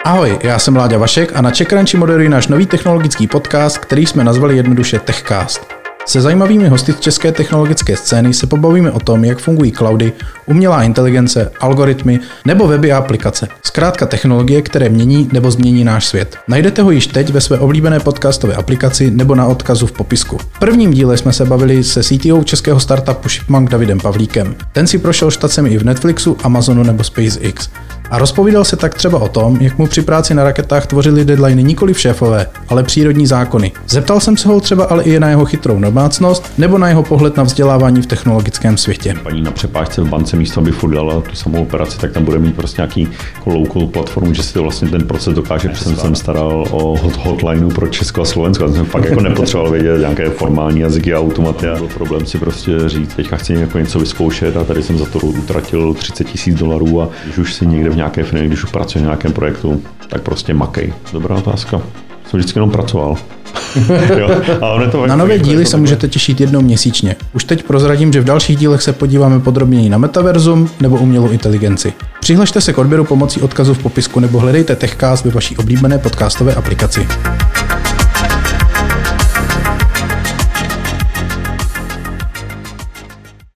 Ahoj, já jsem Láďa Vašek a na CzechCrunchy moderuji náš nový technologický podcast, který jsme nazvali jednoduše TechCast. Se zajímavými hosty z české technologické scény se pobavíme o tom, jak fungují cloudy, umělá inteligence, algoritmy nebo weby a aplikace. Zkrátka technologie, které mění nebo změní náš svět. Najdete ho již teď ve své oblíbené podcastové aplikaci nebo na odkazu v popisku. V prvním díle jsme se bavili se CTO českého startupu Shipmonk Davidem Pavlíkem. Ten si prošel štacemi i v Netflixu, Amazonu nebo SpaceX. A rozpovídal se tak třeba o tom, jak mu při práci na raketách tvořili deadliny nikoli šéfové, ale přírodní zákony. Zeptal jsem se ho třeba ale i na jeho chytrou domácnost nebo na jeho pohled na vzdělávání v technologickém světě. Paní na přepážce v bance místo, aby furt dala tu samou operaci, tak tam bude mít prostě nějaký low-code platformu, že si to vlastně ten proces dokáže. Jsem staral o hotlineu pro Česko a Slovensko, a jsem fakt jako nepotřeboval vědět nějaké formální jazyky a automaty. A byl problém si prostě říct, teďka chci jako něco vyzkoušet a tady jsem za to utratil $30,000 a když už si někde v nějaké firmě, když už pracuješ na nějakém projektu, tak prostě makej. Dobrá otázka. Jsem vždycky jenom pracoval. Na nové díly se můžete těšit jednou měsíčně. Už teď prozradím, že v dalších dílech se podíváme podrobněji na metaverzum nebo umělou inteligenci. Přihlašte se k odběru pomocí odkazu v popisku nebo hledejte TechCast ve vaší oblíbené podcastové aplikaci.